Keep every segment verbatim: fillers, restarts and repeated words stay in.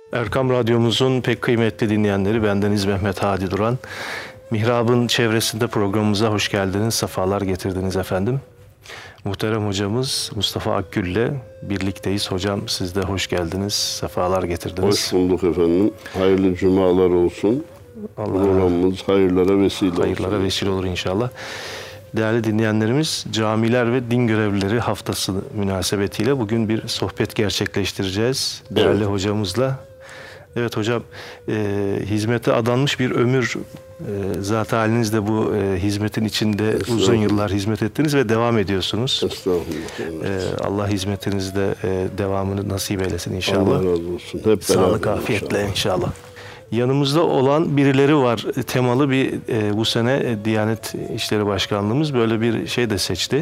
Erkam Radyomuzun pek kıymetli dinleyenleri, bendeniz Mehmet Hadi Duran. Mihrab'ın çevresinde programımıza hoş geldiniz, sefalar getirdiniz efendim. Muhterem hocamız Mustafa Akgül'le birlikteyiz. Hocam siz de hoş geldiniz, sefalar getirdiniz. Hoş bulduk efendim. Hayırlı cumalar olsun. Allah Programımız hayırlara vesile olsun. Hayırlara vesile olur inşallah. Değerli dinleyenlerimiz, Camiler ve Din Görevlileri Haftası münasebetiyle bugün bir sohbet gerçekleştireceğiz. Değerli evet. hocamızla. Evet hocam, e, hizmete adanmış bir ömür, e, zat halinizde bu e, hizmetin içinde uzun yıllar hizmet ettiniz ve devam ediyorsunuz. Estağfurullah. E, Allah hizmetinizde e, devamını nasip eylesin inşallah. Allah razı olsun. Hep Sağlık, afiyetle inşallah. inşallah. Yanımızda olan birileri var. Temalı bir e, bu sene e, Diyanet İşleri Başkanlığımız böyle bir şey de seçti.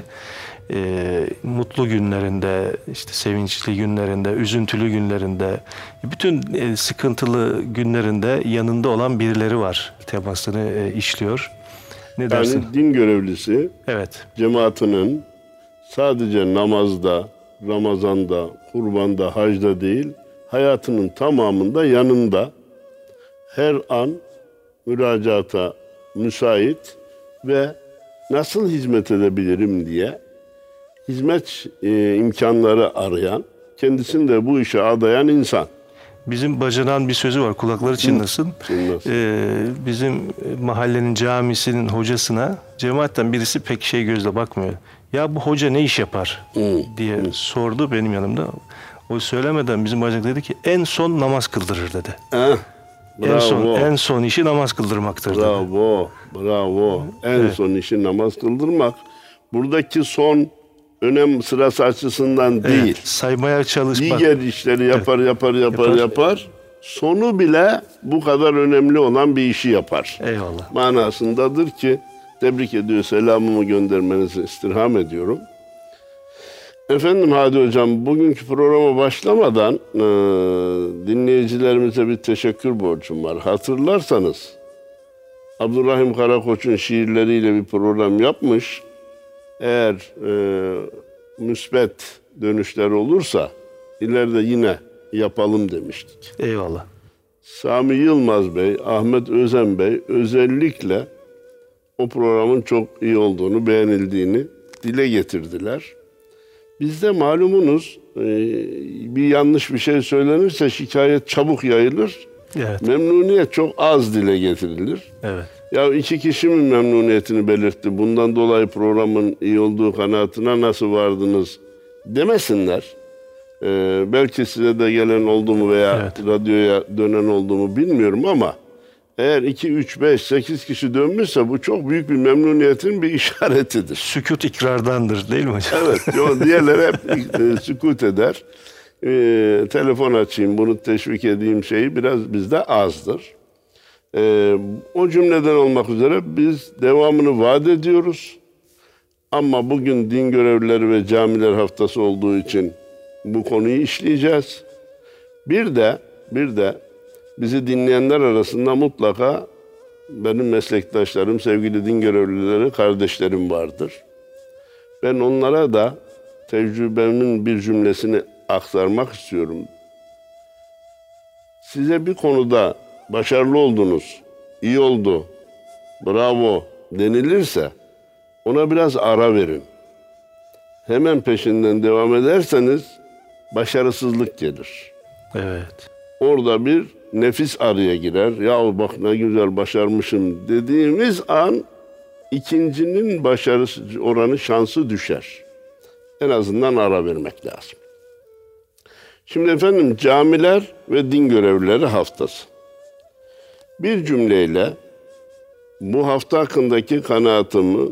E, mutlu günlerinde, işte sevinçli günlerinde, üzüntülü günlerinde, bütün e, sıkıntılı günlerinde yanında olan birileri var. Temasını e, işliyor. Ne dersin? Yani din görevlisi, evet. cemaatinin sadece namazda, Ramazan'da, kurbanda, hacda değil, hayatının tamamında yanında, her an müracaata müsait ve nasıl hizmet edebilirim diye hizmet e, imkanları arayan, kendisini de bu işe adayan insan. Bizim bacanağın bir sözü var, kulakları çınlasın. çınlasın. Ee, bizim mahallenin camisinin hocasına cemaatten birisi pek şey gözle bakmıyor. Ya bu hoca ne iş yapar Hı. diye Hı. sordu benim yanımda. O söylemeden bizim bacanak dedi ki en son namaz kıldırır dedi. Eh. Bravo. En son, en son işi namaz kıldırmaktır. Bravo, dedi. bravo. En evet. son işi namaz kıldırmak. Buradaki son önem sırası açısından değil. Evet, saymaya çalışmak. Diğer işleri yapar, evet. yapar, yapar, yapar, yapar. Sonu bile bu kadar önemli olan bir işi yapar. Eyvallah. Manasındadır ki tebrik ediyor, selamımı göndermenizi istirham ediyorum. Efendim Hadi Hocam, bugünkü programa başlamadan e, dinleyicilerimize bir teşekkür borcum var. Hatırlarsanız Abdurrahim Karakoç'un şiirleriyle bir program yapmış. Eğer e, müsbet dönüşler olursa ileride yine yapalım demiştik. Eyvallah. Sami Yılmaz Bey, Ahmet Özen Bey özellikle o programın çok iyi olduğunu, beğenildiğini dile getirdiler. Bizde malumunuz bir yanlış bir şey söylenirse şikayet çabuk yayılır. Evet. Memnuniyet çok az dile getirilir. Evet. Ya iki kişi mi memnuniyetini belirtti? Bundan dolayı programın iyi olduğu kanaatine nasıl vardınız demesinler. Ee, belki size de gelen oldu mu veya evet. radyoya dönen oldu mu bilmiyorum ama eğer iki, üç, beş, sekiz kişi dönmüşse bu çok büyük bir memnuniyetin bir işaretidir. Sükut ikrardandır değil mi hocam? Evet. Diğerleri hep e, sükut eder. E, telefon açayım, bunu teşvik edeyim şeyi biraz bizde azdır. E, o cümleden olmak üzere biz devamını vaat ediyoruz. Ama bugün din görevlileri ve camiler haftası olduğu için bu konuyu işleyeceğiz. Bir de, bir de bizi dinleyenler arasında mutlaka benim meslektaşlarım, sevgili din görevlileri, kardeşlerim vardır. Ben onlara da tecrübemin bir cümlesini aktarmak istiyorum. Size bir konuda başarılı oldunuz, iyi oldu, bravo denilirse ona biraz ara verin. Hemen peşinden devam ederseniz başarısızlık gelir. Evet. Orada bir nefis araya girer. Ya bak ne güzel başarmışım dediğimiz an ikincinin başarısı oranı, şansı düşer. En azından ara vermek lazım. Şimdi efendim camiler ve din görevlileri haftası. Bir cümleyle bu hafta hakkındaki kanaatımı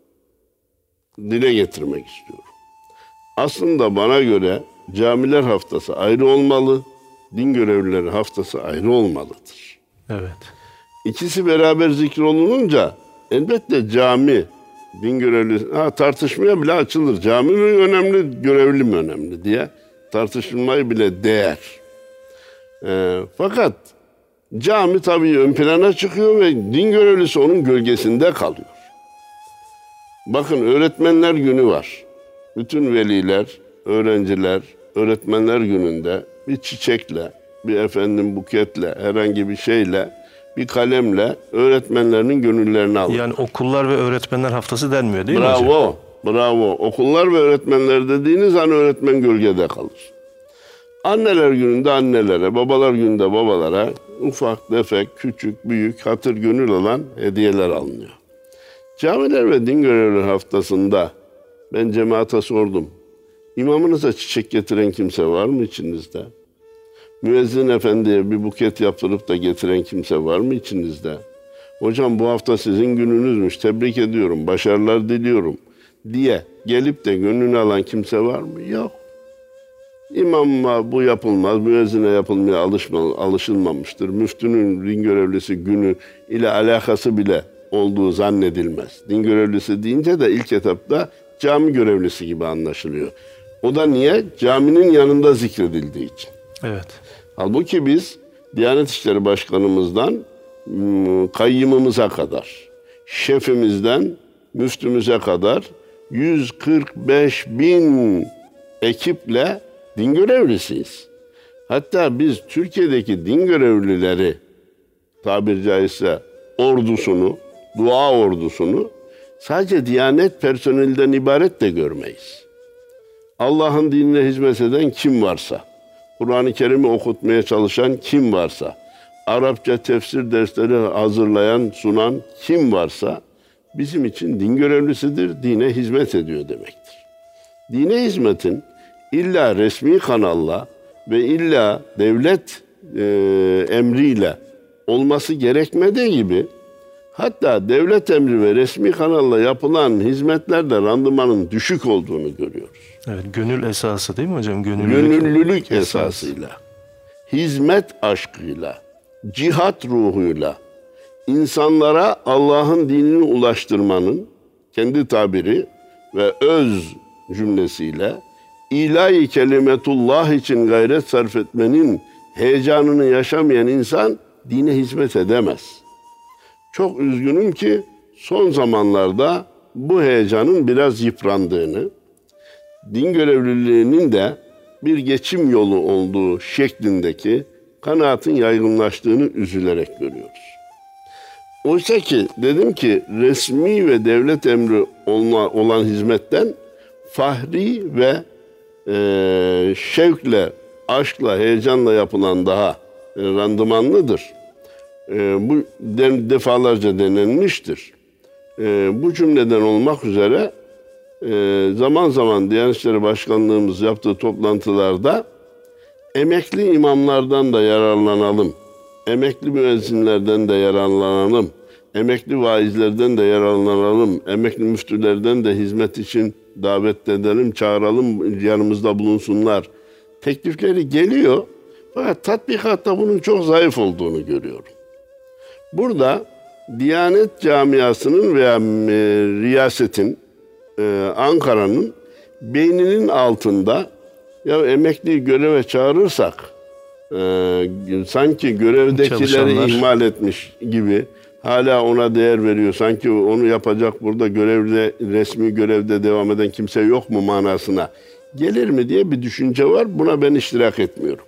dile getirmek istiyorum. Aslında bana göre camiler haftası ayrı olmalı, din görevlileri haftası ayrı olmalıdır. Evet. İkisi beraber zikrolununca elbette cami, din görevlisi, ha, tartışmaya bile açılır. Cami mi önemli, görevli mi önemli diye tartışılmayı bile değer. E, fakat cami tabii ön plana çıkıyor ve din görevlisi onun gölgesinde kalıyor. Bakın öğretmenler günü var. Bütün veliler, öğrenciler, öğretmenler gününde bir çiçekle, bir efendim buketle, herhangi bir şeyle, bir kalemle öğretmenlerinin gönüllerini alır. Yani okullar ve öğretmenler haftası denmiyor değil mi hocam? Bravo, bravo. Okullar ve öğretmenler dediğiniz an öğretmen gölgede kalır. Anneler gününde annelere, babalar gününde babalara ufak, tefek, küçük, büyük, hatır gönül olan hediyeler alınıyor. Camiler ve din görevlileri haftasında ben cemaate sordum. İmamınıza çiçek getiren kimse var mı içinizde? Müezzin efendiye bir buket yaptırıp da getiren kimse var mı içinizde? Hocam bu hafta sizin gününüzmüş, tebrik ediyorum, başarılar diliyorum diye gelip de gönlünü alan kimse var mı? Yok. İmama bu yapılmaz, müezzine yapılmaya alışma, alışılmamıştır. Müftünün din görevlisi günü ile alakası bile olduğu zannedilmez. Din görevlisi deyince de ilk etapta cami görevlisi gibi anlaşılıyor. O da niye? Caminin yanında zikredildiği için. Evet. Halbuki biz Diyanet İşleri Başkanımızdan kayyımımıza kadar, şefimizden müftümüze kadar yüz kırk beş bin ekiple din görevlisiyiz. Hatta biz Türkiye'deki din görevlileri tabiri caizse ordusunu, dua ordusunu sadece Diyanet personelinden ibaret de görmeyiz. Allah'ın dinine hizmet eden kim varsa, Kur'an-ı Kerim'i okutmaya çalışan kim varsa, Arapça tefsir dersleri hazırlayan, sunan kim varsa bizim için din görevlisidir, dine hizmet ediyor demektir. Dine hizmetin illa resmi kanalla ve illa devlet e, emriyle olması gerekmediği gibi hatta devlet emri ve resmi kanalla yapılan hizmetlerde randımanın düşük olduğunu görüyoruz. Evet, gönül esası değil mi hocam? Gönüllülük, Gönüllülük esasıyla, hizmet aşkıyla, cihat ruhuyla insanlara Allah'ın dinini ulaştırmanın kendi tabiri ve öz cümlesiyle ilahi kelimetullah için gayret sarf etmenin heyecanını yaşamayan insan dine hizmet edemez. Çok üzgünüm ki son zamanlarda bu heyecanın biraz yıprandığını, din görevliliğinin de bir geçim yolu olduğu şeklindeki kanaatin yaygınlaştığını üzülerek görüyoruz. Oysa ki dedim ki resmi ve devlet emri olan hizmetten fahri ve e, şevkle, aşkla, heyecanla yapılan daha e, randımanlıdır. E, bu de, defalarca denenmiştir. E, bu cümleden olmak üzere e, zaman zaman Diyanet İşleri Başkanlığımız yaptığı toplantılarda emekli imamlardan da yararlanalım, emekli müezzinlerden de yararlanalım, emekli vaizlerden de yararlanalım, emekli müftülerden de hizmet için davet edelim, çağıralım, yanımızda bulunsunlar teklifleri geliyor. Fakat tatbikatta bunun çok zayıf olduğunu görüyorum. Burada Diyanet camiasının veya e, riyasetin, e, Ankara'nın beyninin altında ya emekliyi göreve çağırırsak e, sanki görevdekileri Çalışanlar. ihmal etmiş gibi hala ona değer veriyor. Sanki onu yapacak burada görevde, resmi görevde devam eden kimse yok mu manasına gelir mi diye bir düşünce var. Buna ben iştirak etmiyorum.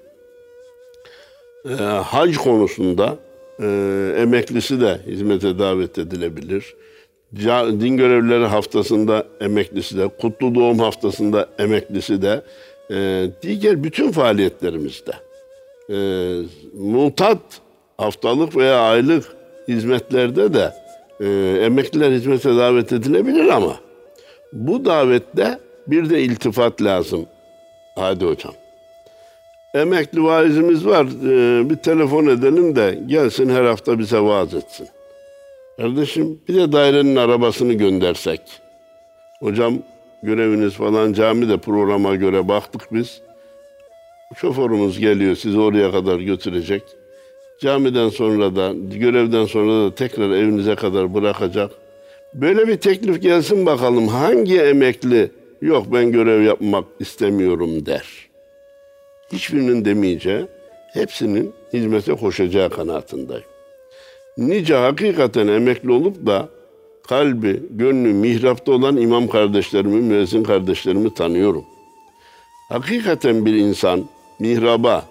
E, hac konusunda e, emeklisi de hizmete davet edilebilir. Ca- din görevlileri haftasında emeklisi de, kutlu doğum haftasında emeklisi de, e, diğer bütün faaliyetlerimizde e, mutat haftalık veya aylık hizmetlerde de e, emekliler hizmete davet edilebilir ama bu davette bir de iltifat lazım. Hadi hocam. Emekli vaizimiz var, e, bir telefon edelim de gelsin her hafta bize vaaz etsin. Kardeşim bir de dairenin arabasını göndersek. Hocam göreviniz falan camide programa göre baktık biz. Şoförümüz geliyor sizi oraya kadar götürecek. Camiden sonra da görevden sonra da tekrar evinize kadar bırakacak. Böyle bir teklif gelsin bakalım hangi emekli yok ben görev yapmak istemiyorum der. Hiçbirinin demeyeceği, hepsinin hizmete koşacağı kanaatindeyim. Nice hakikaten emekli olup da kalbi, gönlü mihrapta olan imam kardeşlerimi, müezzin kardeşlerimi tanıyorum. Hakikaten bir insan mihraba,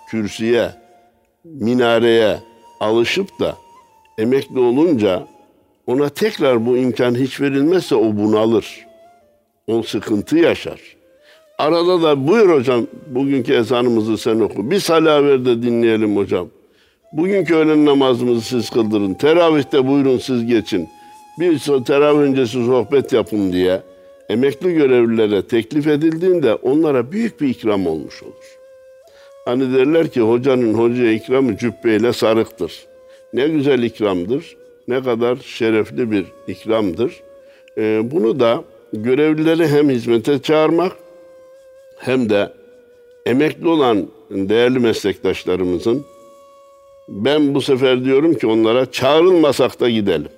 kürsüye, minareye alışıp da emekli olunca ona tekrar bu imkan hiç verilmezse o bunalır. O sıkıntı yaşar. Arada da buyur hocam bugünkü ezanımızı sen oku. Bir salaver de dinleyelim hocam. Bugünkü öğlen namazımızı siz kıldırın. Teravihte buyurun siz geçin. Bir teravih öncesi sohbet yapın diye emekli görevlilere teklif edildiğinde onlara büyük bir ikram olmuş olur. Hani derler ki hocanın hocaya ikramı cübbeyle sarıktır. Ne güzel ikramdır, ne kadar şerefli bir ikramdır. Ee, bunu da görevlileri hem hizmete çağırmak hem de emekli olan değerli meslektaşlarımızın ben bu sefer diyorum ki onlara çağrılmasak da gidelim.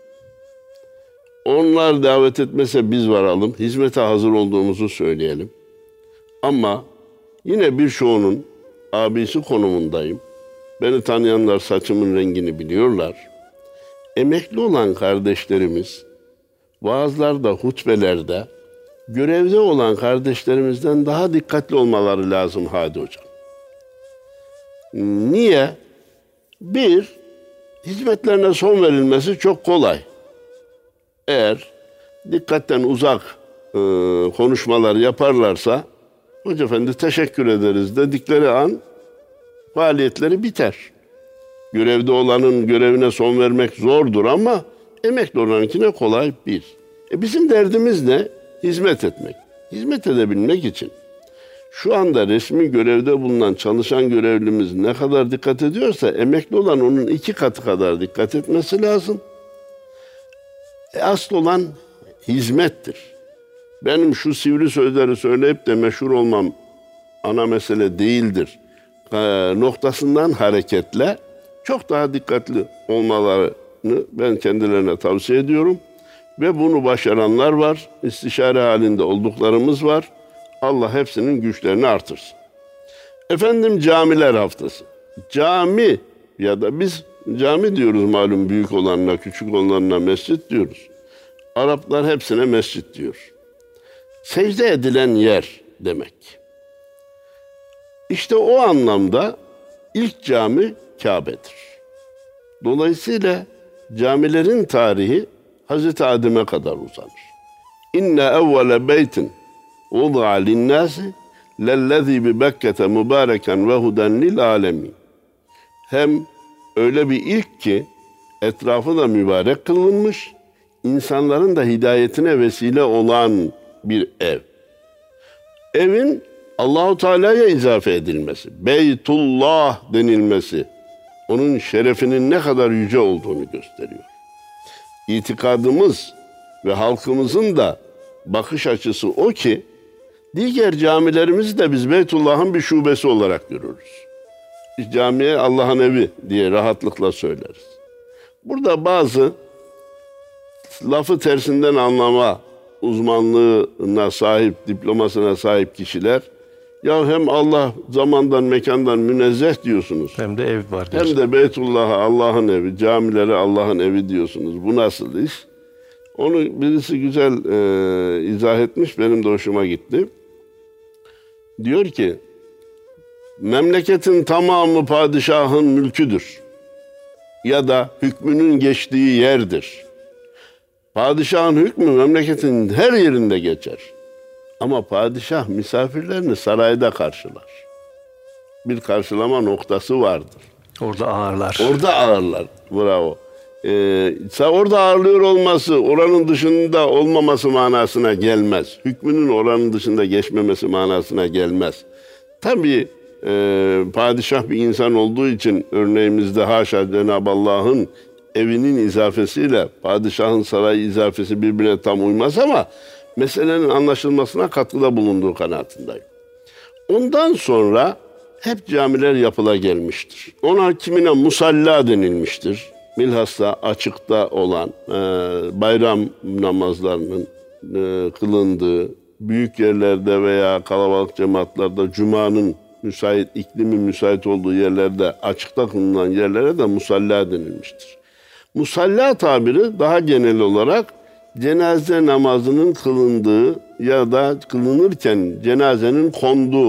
Onlar davet etmese biz varalım, hizmete hazır olduğumuzu söyleyelim. Ama yine birçoğunun abisi konumundayım. Beni tanıyanlar saçımın rengini biliyorlar. Emekli olan kardeşlerimiz vaazlarda, hutbelerde görevde olan kardeşlerimizden daha dikkatli olmaları lazım Hadi Hocam. Niye? Bir, hizmetlerine son verilmesi çok kolay. Eğer dikkatten uzak e, konuşmalar yaparlarsa Hoca Efendi teşekkür ederiz dedikleri an faaliyetleri biter. Görevde olanın görevine son vermek zordur ama emekli olankine kolay bir. E bizim derdimiz ne? Hizmet etmek. Hizmet edebilmek için şu anda resmi görevde bulunan çalışan görevlimiz ne kadar dikkat ediyorsa emekli olan onun iki katı kadar dikkat etmesi lazım. E asıl olan hizmettir. Benim şu sivri sözleri söyleyip de meşhur olmam ana mesele değildir. E, noktasından hareketle çok daha dikkatli olmalarını ben kendilerine tavsiye ediyorum. Ve bunu başaranlar var, istişare halinde olduklarımız var. Allah hepsinin güçlerini artırsın. Efendim camiler haftası. Cami ya da biz cami diyoruz malum büyük olanına, küçük olanına mescit diyoruz. Araplar hepsine mescit diyor. Secde edilen yer demek. İşte o anlamda ilk cami Kabe'dir. Dolayısıyla camilerin tarihi Hazreti Adem'e kadar uzanır. İnne evvele beytin vudu'a linnâsi lellezî bi Bekke'te mübâreken ve huden lil âlemîn. Hem öyle bir ilk ki etrafı da mübarek kılınmış, insanların da hidayetine vesile olan bir ev. Evin Allahu Teala'ya izafe edilmesi, Beytullah denilmesi, onun şerefinin ne kadar yüce olduğunu gösteriyor. İtikadımız ve halkımızın da bakış açısı o ki, diğer camilerimizi de biz Beytullah'ın bir şubesi olarak görürüz. Biz camiye Allah'ın evi diye rahatlıkla söyleriz. Burada bazı lafı tersinden anlama uzmanlığına sahip, diplomasına sahip kişiler, ya hem Allah zamandan, mekandan münezzeh diyorsunuz. Hem de ev var diyorsunuz. Hem de Beytullah'a Allah'ın evi, camilere Allah'ın evi diyorsunuz. Bu nasıl iş? Onu birisi güzel e, izah etmiş, benim de hoşuma gitti. Diyor ki, memleketin tamamı padişahın mülküdür. Ya da hükmünün geçtiği yerdir. Padişahın hükmü memleketin her yerinde geçer. Ama padişah misafirlerini sarayda karşılar. Bir karşılama noktası vardır. Orada ağırlar. Orada ağırlar. Bravo. Ee, orada ağırlıyor olması oranın dışında olmaması manasına gelmez. Hükmünün oranın dışında geçmemesi manasına gelmez. Tabii e, padişah bir insan olduğu için örneğimizde haşa Cenab-ı Allah'ın evinin izafesiyle padişahın sarayı izafesi birbirine tam uymaz ama meselenin anlaşılmasına katkıda bulunduğu kanaatindeyim. Ondan sonra hep camiler yapıla gelmiştir. Ona kimine musalla denilmiştir. Bilhassa açıkta olan e, bayram namazlarının e, kılındığı, büyük yerlerde veya kalabalık cemaatlerde Cuma'nın müsait, iklimi müsait olduğu yerlerde açıkta kılınan yerlere de musalla denilmiştir. Musalla tabiri daha genel olarak cenaze namazının kılındığı ya da kılınırken cenazenin konduğu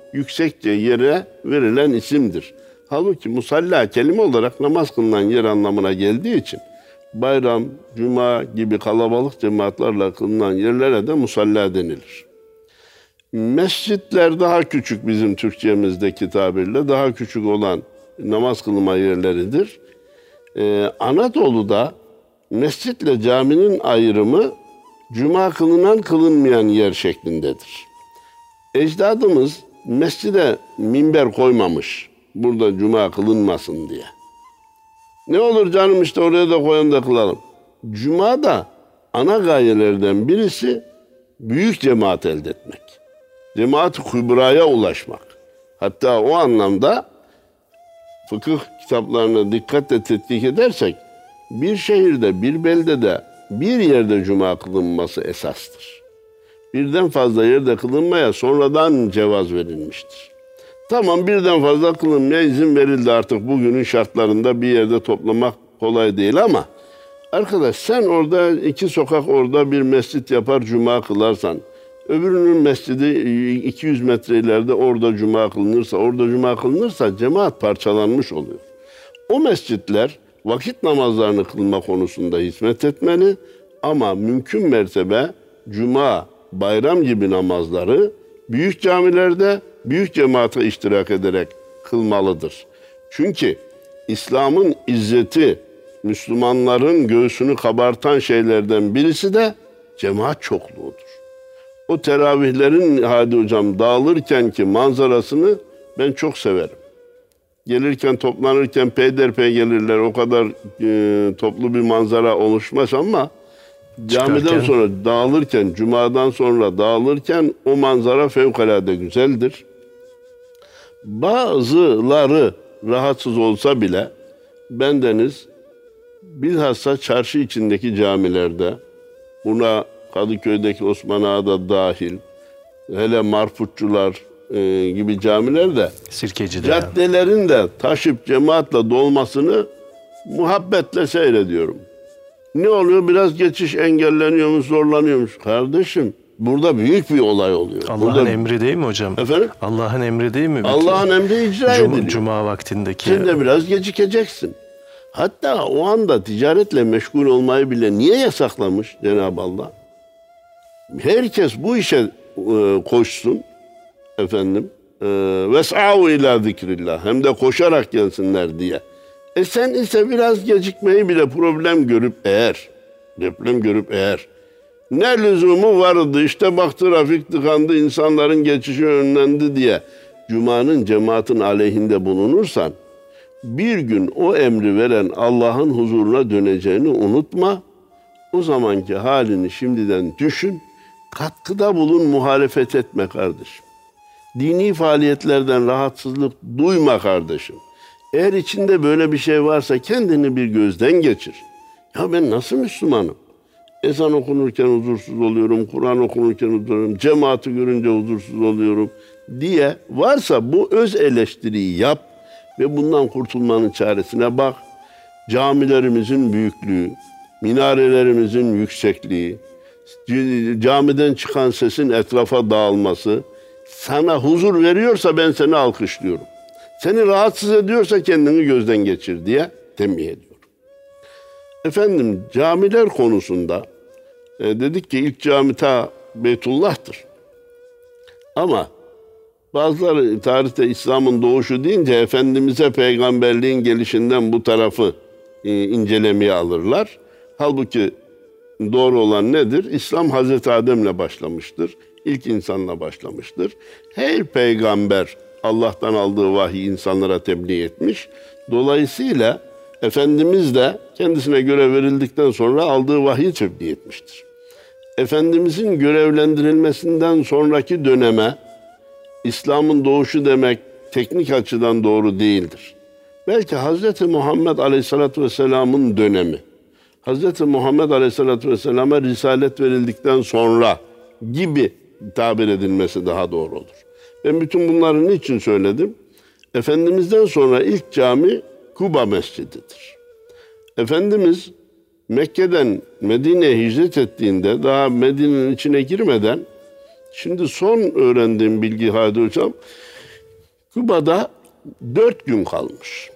yüksekçe yere verilen isimdir. Halbuki musalla kelime olarak namaz kılınan yer anlamına geldiği için bayram, cuma gibi kalabalık cemaatlerle kılınan yerlere de musalla denilir. Mescitler daha küçük, bizim Türkçemizdeki tabirle daha küçük olan namaz kılma yerleridir. Ee, Anadolu'da mescitle caminin ayrımı cuma kılınan kılınmayan yer şeklindedir. Ecdadımız mescide minber koymamış, burada cuma kılınmasın diye. Ne olur canım, işte oraya da koyan da kılalım. Cuma'da ana gayelerden birisi büyük cemaat elde etmek. Cemaat-ı kübraya ulaşmak. Hatta o anlamda fıkıh kitaplarına dikkatle tetkik edersek bir şehirde, bir beldede, bir yerde cuma kılınması esastır. Birden fazla yerde kılınmaya sonradan cevaz verilmiştir. Tamam, birden fazla kılınmaya izin verildi, artık bugünün şartlarında bir yerde toplamak kolay değil ama arkadaş, sen orada iki sokak orada bir mescit yapar cuma kılarsan, öbürünün mescidi iki yüz metre ileride orada cuma kılınırsa, orada cuma kılınırsa cemaat parçalanmış oluyor. O mescitler vakit namazlarını kılma konusunda hizmet etmeli ama mümkün mertebe cuma, bayram gibi namazları büyük camilerde büyük cemaate iştirak ederek kılmalıdır. Çünkü İslam'ın izzeti, Müslümanların göğsünü kabartan şeylerden birisi de cemaat çokluğudur. O teravihlerin hadi hocam dağılırken ki manzarasını ben çok severim. Gelirken, toplanırken peyderpey gelirler. O kadar e, toplu bir manzara oluşmaz ama camiden Çıkarken, sonra dağılırken, cumadan sonra dağılırken o manzara fevkalade güzeldir. Bazıları rahatsız olsa bile bendeniz bilhassa çarşı içindeki camilerde, buna Kadıköy'deki Osman Ağa da dahil, hele marputçular e, gibi camilerde Sirkeci'de caddelerin yani de taşıp cemaatle dolmasını muhabbetle seyrediyorum. Ne oluyor? Biraz geçiş engelleniyormuş, zorlanıyormuş. Kardeşim, burada büyük bir olay oluyor. Allah'ın burada... emri değil mi hocam? Efendim? Allah'ın emri değil mi? Allah'ın emri icra Cuma, ediliyor. Cuma vaktindeki. Sen de biraz gecikeceksin. Hatta o anda ticaretle meşgul olmayı bile niye yasaklamış Cenab-ı Allah? Herkes bu işe e, koşsun efendim. Ves'au ila zikrillah, hem de koşarak gelsinler diye. E sen ise biraz gecikmeyi bile problem görüp eğer, problem görüp eğer, ne lüzumu vardı, işte bak trafik tıkandı, insanların geçişi önlendi diye Cuma'nın, cemaatin aleyhinde bulunursan, bir gün o emri veren Allah'ın huzuruna döneceğini unutma. O zamanki halini şimdiden düşün, katkıda bulun, muhalefet etme kardeşim. Dini faaliyetlerden rahatsızlık duyma kardeşim. Eğer içinde böyle bir şey varsa kendini bir gözden geçir. Ya ben nasıl Müslümanım? Ezan okunurken huzursuz oluyorum, Kur'an okunurken huzursuz oluyorum, cemaati görünce huzursuz oluyorum diye varsa bu öz eleştiriyi yap ve bundan kurtulmanın çaresine bak. Camilerimizin büyüklüğü, minarelerimizin yüksekliği, camiden çıkan sesin etrafa dağılması sana huzur veriyorsa ben seni alkışlıyorum. Seni rahatsız ediyorsa kendini gözden geçir diye tembih ediyorum. Efendim, camiler konusunda e, dedik ki ilk cami ta Beytullah'tır. Ama bazıları tarihte İslam'ın doğuşu deyince Efendimiz'e peygamberliğin gelişinden bu tarafı e, incelemeye alırlar. Halbuki doğru olan nedir? İslam Hazreti Adem'le başlamıştır. İlk insanla başlamıştır. Her peygamber Allah'tan aldığı vahiy insanlara tebliğ etmiş. Dolayısıyla Efendimiz de kendisine görev verildikten sonra aldığı vahyi tebliğ etmiştir. Efendimizin görevlendirilmesinden sonraki döneme İslam'ın doğuşu demek teknik açıdan doğru değildir. Belki Hazreti Muhammed Aleyhisselatü Vesselam'ın dönemi, Hazreti Muhammed Aleyhisselatü Vesselam'a risalet verildikten sonra gibi tabir edilmesi daha doğru olur. Ben bütün bunları niçin söyledim? Efendimiz'den sonra ilk cami Kuba Mescidi'dir. Efendimiz Mekke'den Medine'ye hicret ettiğinde, daha Medine'nin içine girmeden, şimdi son öğrendiğim bilgi Hadi Hocam, Küba'da dört gün kalmış.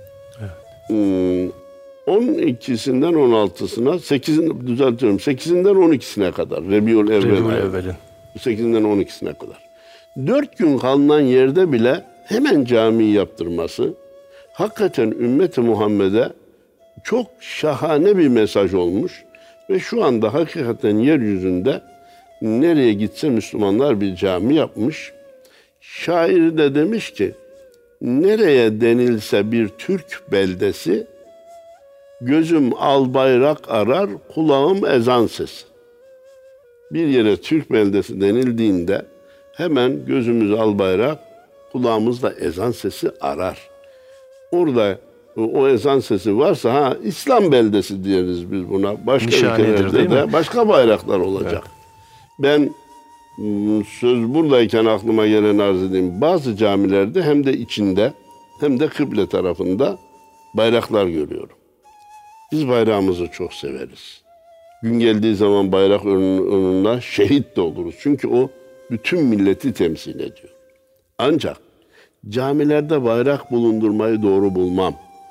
Evet. on ikisinden on altısına, sekizin, düzeltiyorum, sekizinden on ikisine kadar. Rebiul Evvel'in. sekizinden on ikisine kadar. Dört gün kalınan yerde bile hemen cami yaptırması, hakikaten ümmeti Muhammed'e çok şahane bir mesaj olmuş. Ve şu anda hakikaten yeryüzünde nereye gitse Müslümanlar bir cami yapmış. Şair de demiş ki, nereye denilse bir Türk beldesi, gözüm al bayrak arar, kulağım ezan sesi. Bir yere Türk beldesi denildiğinde hemen gözümüz al bayrak, kulağımız da ezan sesi arar. Orada o ezan sesi varsa ha İslam beldesi diyeriz biz buna. Başka Nişanedir, ülkelerde de başka bayraklar olacak. Evet. Ben söz buradayken aklıma gelen arz edeyim. Bazı camilerde hem de içinde hem de kıble tarafında bayraklar görüyorum. Biz bayrağımızı çok severiz. Gün geldiği zaman bayrak önünde şehit de oluruz. Çünkü o bütün milleti temsil ediyor. Ancak camilerde bayrak bulundurmayı doğru bulmam.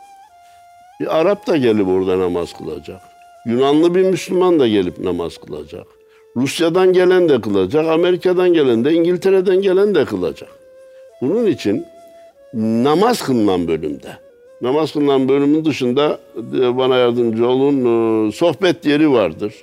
Bir Arap da gelip orada namaz kılacak. Yunanlı bir Müslüman da gelip namaz kılacak. Rusya'dan gelen de kılacak. Amerika'dan gelen de, İngiltere'den gelen de kılacak. Bunun için namaz kılınan bölümde, namaz kılınan bölümün dışında bana yardımcı olun, sohbet yeri vardır.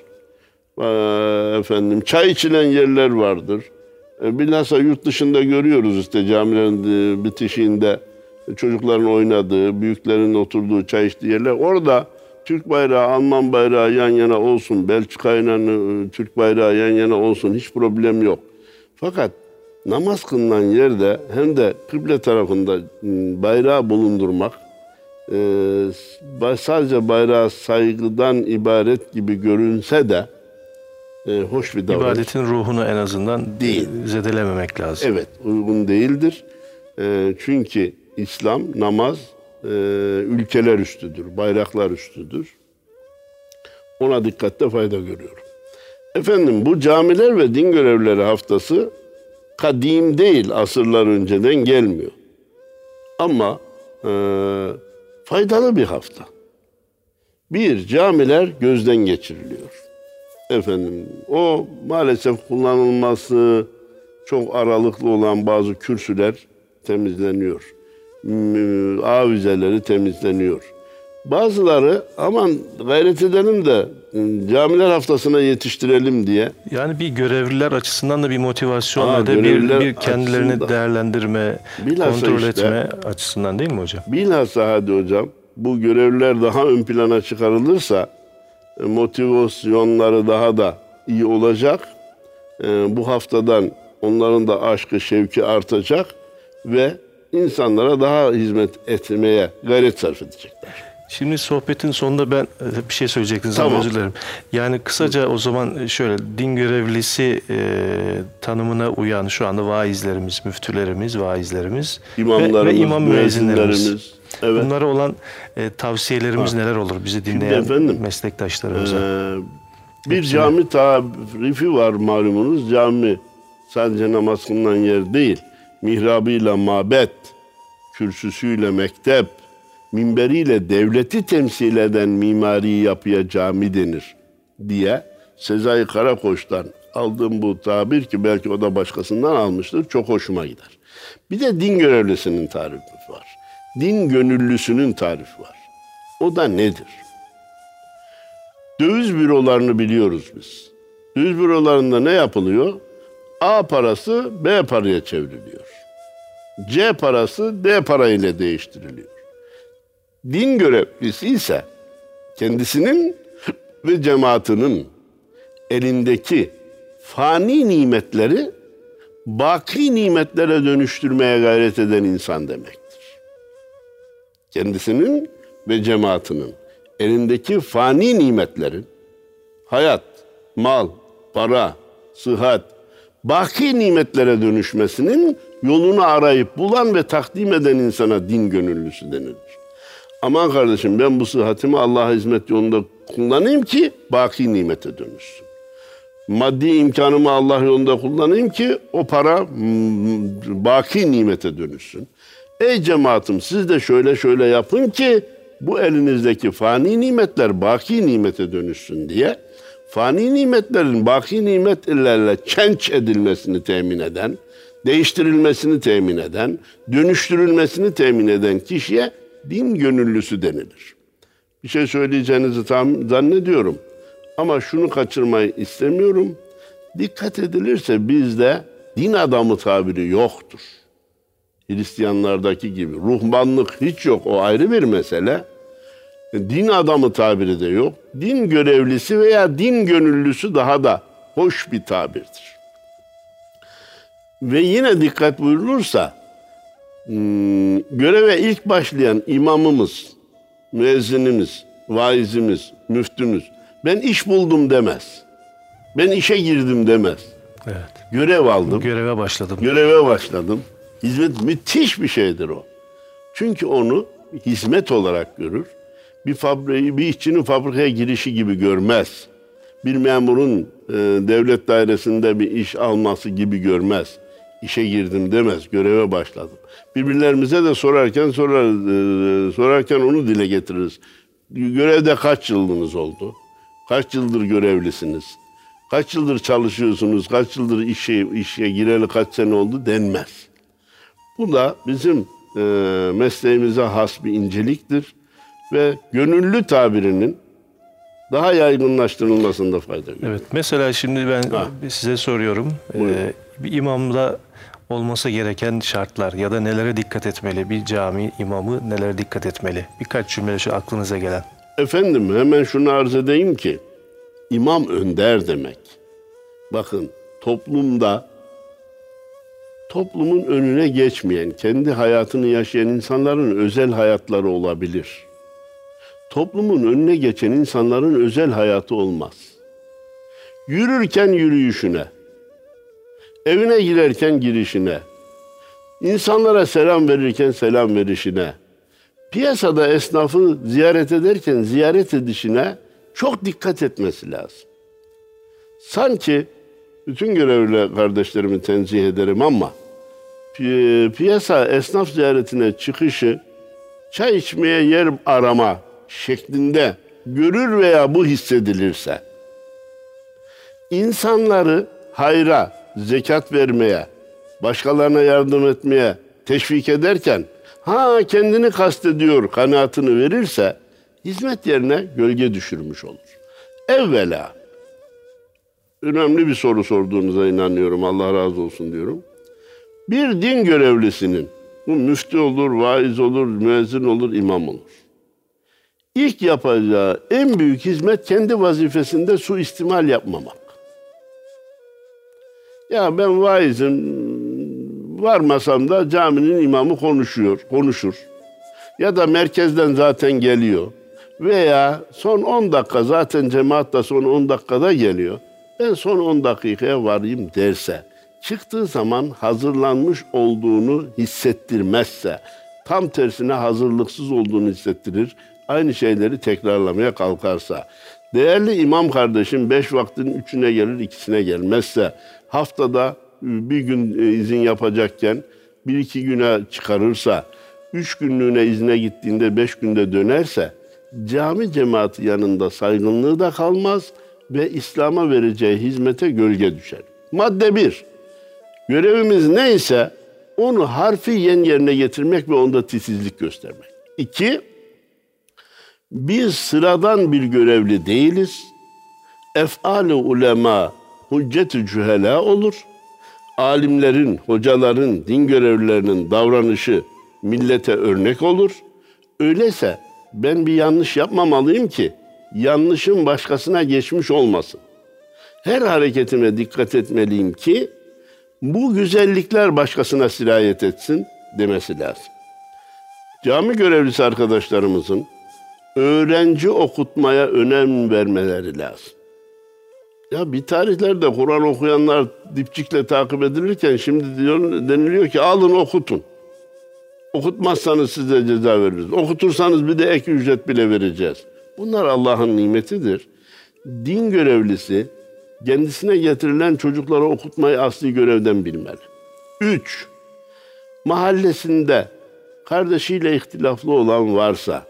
Efendim, çay içilen yerler vardır. Bilhassa yurt dışında görüyoruz işte camilerin bitişiğinde çocukların oynadığı, büyüklerin oturduğu, çay içtiği yerler. Orada Türk bayrağı, Alman bayrağı yan yana olsun, Belçika ile Türk bayrağı yan yana olsun, hiç problem yok. Fakat namaz kılınan yerde hem de kıble tarafında bayrağı bulundurmak sadece bayrağa saygıdan ibaret gibi görünse de hoş bir davranış. İbadetin ruhunu en azından değil, zedelememek lazım. Evet, uygun değildir. Çünkü İslam, namaz ülkeler üstüdür, bayraklar üstüdür. Ona dikkatte fayda görüyorum. Efendim, bu camiler ve din görevlileri haftası kadim değil, asırlar önceden gelmiyor. Ama e, faydalı bir hafta. Bir, camiler gözden geçiriliyor. Efendim, o maalesef kullanılması çok aralıklı olan bazı kürsüler temizleniyor. Avizeleri temizleniyor. Bazıları aman gayret edelim de camiler haftasına yetiştirelim diye. Yani bir görevliler açısından da bir motivasyon Aa, ve de bir, bir kendilerini açısından, değerlendirme, kontrol işte, etme açısından değil mi hocam? Bilhassa hadi hocam, bu görevliler daha ön plana çıkarılırsa motivasyonları daha da iyi olacak. Bu haftadan onların da aşkı, şevki artacak ve insanlara daha hizmet etmeye gayret sarf edecekler. Şimdi sohbetin sonunda ben bir şey söyleyecektim. Tamam. Özür dilerim. Yani kısaca o zaman şöyle, din görevlisi e, tanımına uyan şu anda vaizlerimiz, müftülerimiz, vaizlerimiz İmamlarımız, ve, ve imam müezzinlerimiz. Evet. Bunlara olan e, tavsiyelerimiz ha. neler olur bizi dinleyen efendim, meslektaşlarımıza? E, bir Hepsine. Cami tarifi var malumunuz. Cami sadece namaz kılınan yer değil. Mihrabıyla mabet, kürsüsüyle mektep, minberiyle devleti temsil eden mimari yapıya cami denir diye Sezai Karakoç'tan aldığım bu tabir, ki belki o da başkasından almıştır, çok hoşuma gider. Bir de din görevlisinin tarifi var. Din gönüllüsünün tarifi var. O da nedir? Döviz bürolarını biliyoruz biz. Döviz bürolarında ne yapılıyor? A parası B paraya çevriliyor. C parası D parayla değiştiriliyor. Din görevlisi ise kendisinin ve cemaatinin elindeki fani nimetleri baki nimetlere dönüştürmeye gayret eden insan demektir. Kendisinin ve cemaatinin elindeki fani nimetlerin hayat, mal, para, sıhhat, baki nimetlere dönüşmesinin yolunu arayıp bulan ve takdim eden insana din gönüllüsü denilir. Aman kardeşim, ben bu sıhhatimi Allah'a hizmet yolunda kullanayım ki baki nimete dönüşsün. Maddi imkanımı Allah yolunda kullanayım ki o para baki nimete dönüşsün. Ey cemaatim siz de şöyle şöyle yapın ki bu elinizdeki fani nimetler baki nimete dönüşsün diye fani nimetlerin baki nimetlerle çenç edilmesini temin eden, değiştirilmesini temin eden, dönüştürülmesini temin eden kişiye din gönüllüsü denilir. Bir şey söyleyeceğinizi tam zannediyorum. Ama şunu kaçırmayı istemiyorum. Dikkat edilirse bizde din adamı tabiri yoktur. Hristiyanlardaki gibi. Ruhbanlık hiç yok. O ayrı bir mesele. Din adamı tabiri de yok. Din görevlisi veya din gönüllüsü daha da hoş bir tabirdir. Ve yine dikkat buyurulursa göreve ilk başlayan imamımız, müezzinimiz, vaizimiz, müftümüz ben iş buldum demez. Ben işe girdim demez. Evet. Görev aldım. Göreve başladım. Göreve başladım. Hizmet müthiş bir şeydir o. Çünkü onu hizmet olarak görür. Bir fabrikayı, bir işçinin fabrikaya girişi gibi görmez. Bir memurun e, devlet dairesinde bir iş alması gibi görmez. İşe girdim demez, göreve başladım. Birbirlerimize de sorarken sorar, e, sorarken onu dile getiririz. Görevde kaç yılınız oldu? Kaç yıldır görevlisiniz? Kaç yıldır çalışıyorsunuz? Kaç yıldır işe, işe gireli kaç sene oldu denmez. Bu da bizim e, mesleğimize has bir inceliktir ve gönüllü tabirinin daha yaygınlaştırılmasında fayda görüyorum. Evet. Mesela şimdi ben Ha. size soruyorum. Ee, bir imamda olması gereken şartlar ya da nelere dikkat etmeli? Bir cami imamı nelere dikkat etmeli? Birkaç cümle şu aklınıza gelen. Efendim hemen şunu arz edeyim ki imam önder demek. Bakın toplumda toplumun önüne geçmeyen, kendi hayatını yaşayan insanların özel hayatları olabilir. Toplumun önüne geçen insanların özel hayatı olmaz. Yürürken yürüyüşüne, evine girerken girişine, insanlara selam verirken selam verişine, piyasada esnafı ziyaret ederken ziyaret edişine çok dikkat etmesi lazım. Sanki bütün görevli kardeşlerimi tenzih ederim ama pi- piyasa esnaf ziyaretine çıkışı çay içmeye yer arama şeklinde görür veya bu hissedilirse insanları hayra, zekat vermeye, başkalarına yardım etmeye teşvik ederken ha kendini kastediyor kanaatını verirse hizmet yerine gölge düşürmüş olur. Evvela önemli bir soru sorduğunuza inanıyorum. Allah razı olsun diyorum. Bir din görevlisinin bu müftü olur, vaiz olur, müezzin olur, imam olur. İlk yapacağı en büyük hizmet kendi vazifesinde suistimal yapmamak. Ya ben vaizim, varmasam da caminin imamı konuşuyor, konuşur. Ya da merkezden zaten geliyor. Veya son on dakika zaten cemaat da son on dakikada geliyor. Ben son on dakikaya varayım derse, çıktığı zaman hazırlanmış olduğunu hissettirmezse, tam tersine hazırlıksız olduğunu hissettirir, aynı şeyleri tekrarlamaya kalkarsa, değerli imam kardeşim beş vaktin üçüne gelir, ikisine gelmezse, haftada bir gün izin yapacakken bir iki güne çıkarırsa, üç günlüğüne izine gittiğinde beş günde dönerse, cami cemaati yanında saygınlığı da kalmaz ve İslam'a vereceği hizmete gölge düşer. Madde bir, görevimiz neyse onu harfiyen yerine getirmek ve onda titizlik göstermek. İki, biz sıradan bir görevli değiliz. Ef'al-i ulema hüccet-i cühela olur. Alimlerin, hocaların, din görevlilerinin davranışı millete örnek olur. Öyleyse ben bir yanlış yapmamalıyım ki yanlışım başkasına geçmiş olmasın. Her hareketime dikkat etmeliyim ki bu güzellikler başkasına sirayet etsin demesi lazım. Cami görevlisi arkadaşlarımızın öğrenci okutmaya önem vermeleri lazım. Ya bir tarihlerde Kur'an okuyanlar dipçikle takip edilirken şimdi diyor, deniliyor ki alın okutun. Okutmazsanız size ceza veririz. Okutursanız bir de ek ücret bile vereceğiz. Bunlar Allah'ın nimetidir. Din görevlisi kendisine getirilen çocuklara okutmayı asli görevden bilmeli. Üç, mahallesinde kardeşiyle ihtilaflı olan varsa,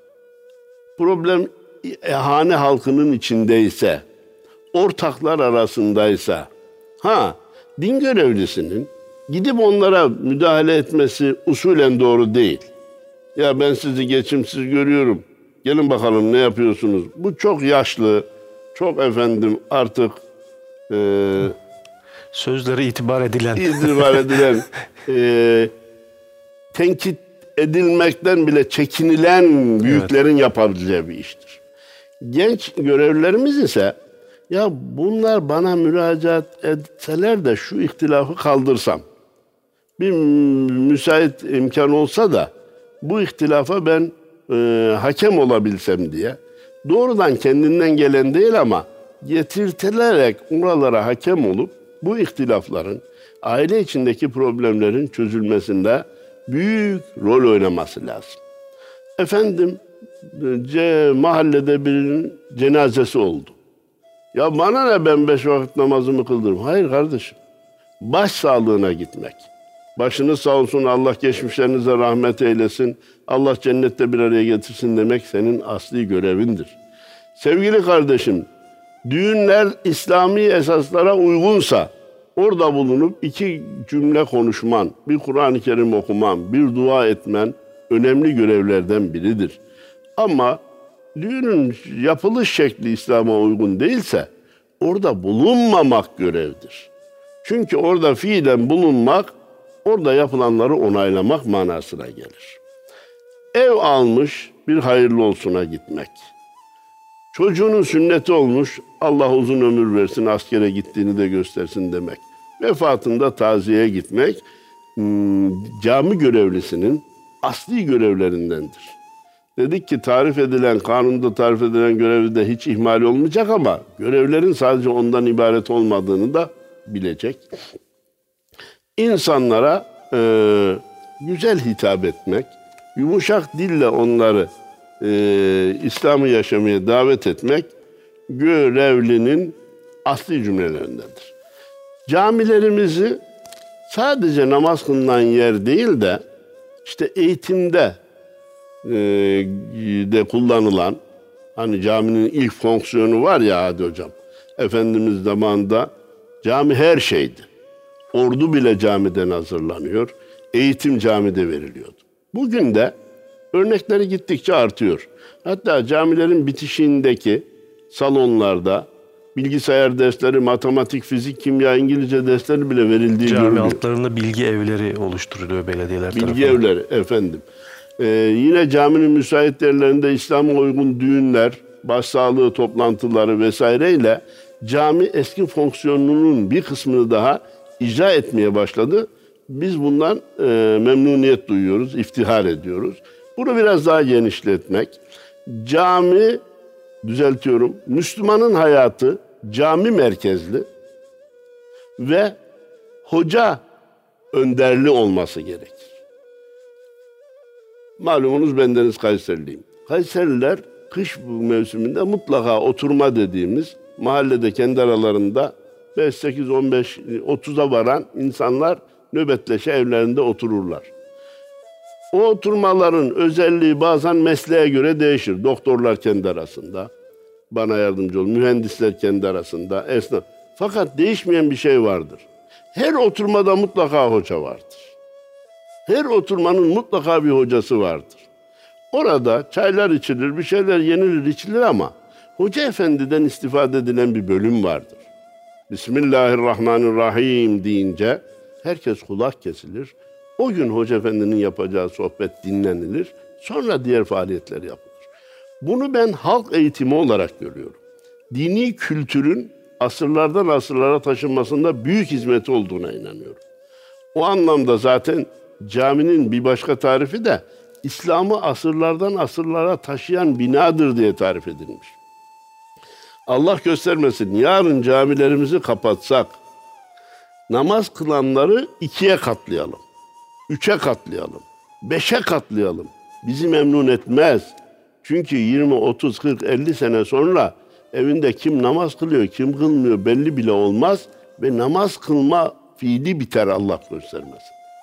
problem hane halkının içindeyse, ortaklar arasındaysa, ha din görevlisinin gidip onlara müdahale etmesi usulen doğru değil. Ya ben sizi geçimsiz görüyorum, gelin bakalım ne yapıyorsunuz? Bu çok yaşlı, çok efendim artık e, sözleri itibar edilen, itibar edilen, e, tenkit edilmekten bile çekinilen büyüklerin evet. yapabileceği bir iştir. Genç görevlilerimiz ise ya bunlar bana müracaat etseler de şu ihtilafı kaldırsam, bir müsait imkan olsa da bu ihtilafa ben e, hakem olabilsem diye doğrudan kendinden gelen değil ama getirtilerek oralara hakem olup bu ihtilafların, aile içindeki problemlerin çözülmesinde büyük rol oynaması lazım. Efendim, ce, mahallede birinin cenazesi oldu. Ya bana ne, ben beş vakit namazımı kıldırırım. Hayır kardeşim, baş sağlığına gitmek. Başınız sağ olsun, Allah geçmişlerinize rahmet eylesin, Allah cennette bir araya getirsin demek senin asli görevindir. Sevgili kardeşim, düğünler İslami esaslara uygunsa, orada bulunup iki cümle konuşman, bir Kur'an-ı Kerim okuman, bir dua etmen önemli görevlerden biridir. Ama düğünün yapılış şekli İslam'a uygun değilse, orada bulunmamak görevdir. Çünkü orada fiilen bulunmak, orada yapılanları onaylamak manasına gelir. Ev almış, bir hayırlı olsuna gitmek. Çocuğunun sünneti olmuş, Allah uzun ömür versin, askere gittiğini de göstersin demek. Vefatında taziyeye gitmek, cami görevlisinin asli görevlerindendir. Dedik ki tarif edilen, kanunda tarif edilen görevi de hiç ihmal olmayacak ama görevlerin sadece ondan ibaret olmadığını da bilecek. İnsanlara e, güzel hitap etmek, yumuşak dille onları e, İslam'ı yaşamaya davet etmek görevlinin asli cümlelerindendir. Camilerimizi sadece namaz kılınan yer değil de işte eğitimde e, de kullanılan, hani caminin ilk fonksiyonu var ya Hadi Hocam, Efendimiz zamanında cami her şeydi. Ordu bile camiden hazırlanıyor, eğitim camide veriliyordu. Bugün de örnekleri gittikçe artıyor. Hatta camilerin bitişiğindeki salonlarda bilgisayar dersleri, matematik, fizik, kimya, İngilizce dersleri bile verildiği Cami görülüyor. altlarında bilgi evleri oluşturuluyor belediyeler bilgi tarafından. Bilgi evleri efendim. Ee, yine caminin müsait yerlerinde İslam'a uygun düğünler, başsağlığı toplantıları vesaireyle cami eski fonksiyonunun bir kısmını daha icra etmeye başladı. Biz bundan e, memnuniyet duyuyoruz, iftihar ediyoruz. Bunu biraz daha genişletmek. Cami, düzeltiyorum, Müslümanın hayatı cami merkezli ve hoca önderli olması gerekir. Malumunuz bendeniz Kayserliyim. Kayseriler kış mevsiminde mutlaka oturma dediğimiz mahallede kendi aralarında beş, sekiz, on beş, otuza varan insanlar nöbetleşe evlerinde otururlar. O oturmaların özelliği bazen mesleğe göre değişir. Doktorlar kendi arasında, bana yardımcı olun, mühendisler kendi arasında, esnaf. Fakat değişmeyen bir şey vardır. Her oturmada mutlaka hoca vardır. Her oturmanın mutlaka bir hocası vardır. Orada çaylar içilir, bir şeyler yenilir, içilir ama Hoca Efendi'den istifade edilen bir bölüm vardır. Bismillahirrahmanirrahim deyince herkes kulak kesilir. O gün Hoca Efendi'nin yapacağı sohbet dinlenilir. Sonra diğer faaliyetler yapılır. Bunu ben halk eğitimi olarak görüyorum. Dini kültürün asırlardan asırlara taşınmasında büyük hizmeti olduğuna inanıyorum. O anlamda zaten caminin bir başka tarifi de İslam'ı asırlardan asırlara taşıyan binadır diye tarif edilmiş. Allah göstermesin, yarın camilerimizi kapatsak, namaz kılanları ikiye katlayalım, üçe katlayalım, beşe katlayalım. Bizi memnun etmez. Çünkü yirmi, otuz, kırk, elli sene sonra evinde kim namaz kılıyor, kim kılmıyor belli bile olmaz ve namaz kılma fiili biter Allah göstermesin.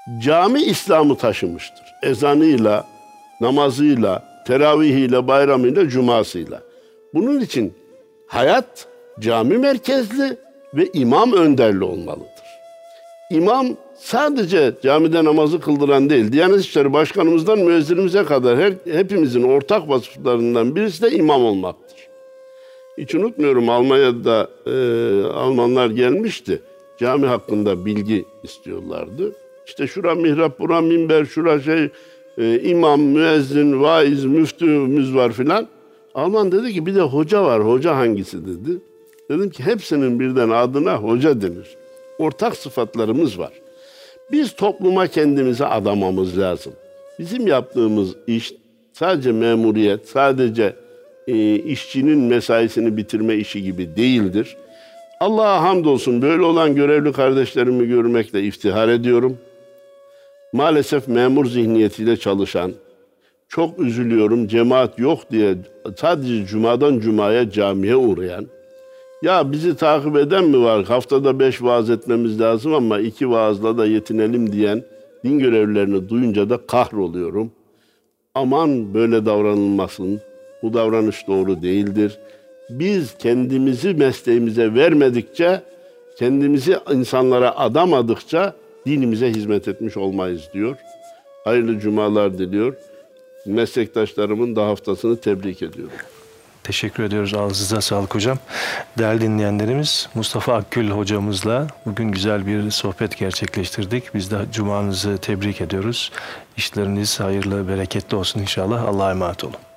Cami İslam'ı taşımıştır. Ezanıyla, namazıyla, teravihiyle, bayramıyla, cumasıyla. Bunun için hayat cami merkezli ve imam önderli olmalıdır. İmam sadece camide namazı kıldıran değil, Diyanet İşleri Başkanımızdan müezzinimize kadar her, hepimizin ortak vasıflarından birisi de imam olmaktır. Hiç unutmuyorum, Almanya'da e, Almanlar gelmişti. Cami hakkında bilgi istiyorlardı. İşte şura mihrap, bura minber, şura şey, e, imam, müezzin, vaiz, müftümüz var filan. Alman dedi ki bir de hoca var, hoca hangisi dedi. Dedim ki hepsinin birden adına hoca denir. Ortak sıfatlarımız var. Biz topluma kendimize adamamız lazım. Bizim yaptığımız iş sadece memuriyet, sadece e, işçinin mesaisini bitirme işi gibi değildir. Allah'a hamdolsun böyle olan görevli kardeşlerimi görmekle iftihar ediyorum. Maalesef memur zihniyetiyle çalışan, çok üzülüyorum cemaat yok diye sadece cumadan cumaya camiye uğrayan, ya bizi takip eden mi var, haftada beş vaaz etmemiz lazım ama iki vaazla da yetinelim diyen din görevlilerini duyunca da kahroluyorum. Aman böyle davranılmasın, bu davranış doğru değildir. Biz kendimizi mesleğimize vermedikçe, kendimizi insanlara adamadıkça dinimize hizmet etmiş olmayız diyor. Hayırlı cumalar diliyor. Meslektaşlarımın da haftasını tebrik ediyorum. Teşekkür ediyoruz. Ağzınıza sağlık hocam. Değerli dinleyenlerimiz, Mustafa Akgül hocamızla bugün güzel bir sohbet gerçekleştirdik. Biz de cumanızı tebrik ediyoruz. İşleriniz hayırlı, bereketli olsun inşallah. Allah'a emanet olun.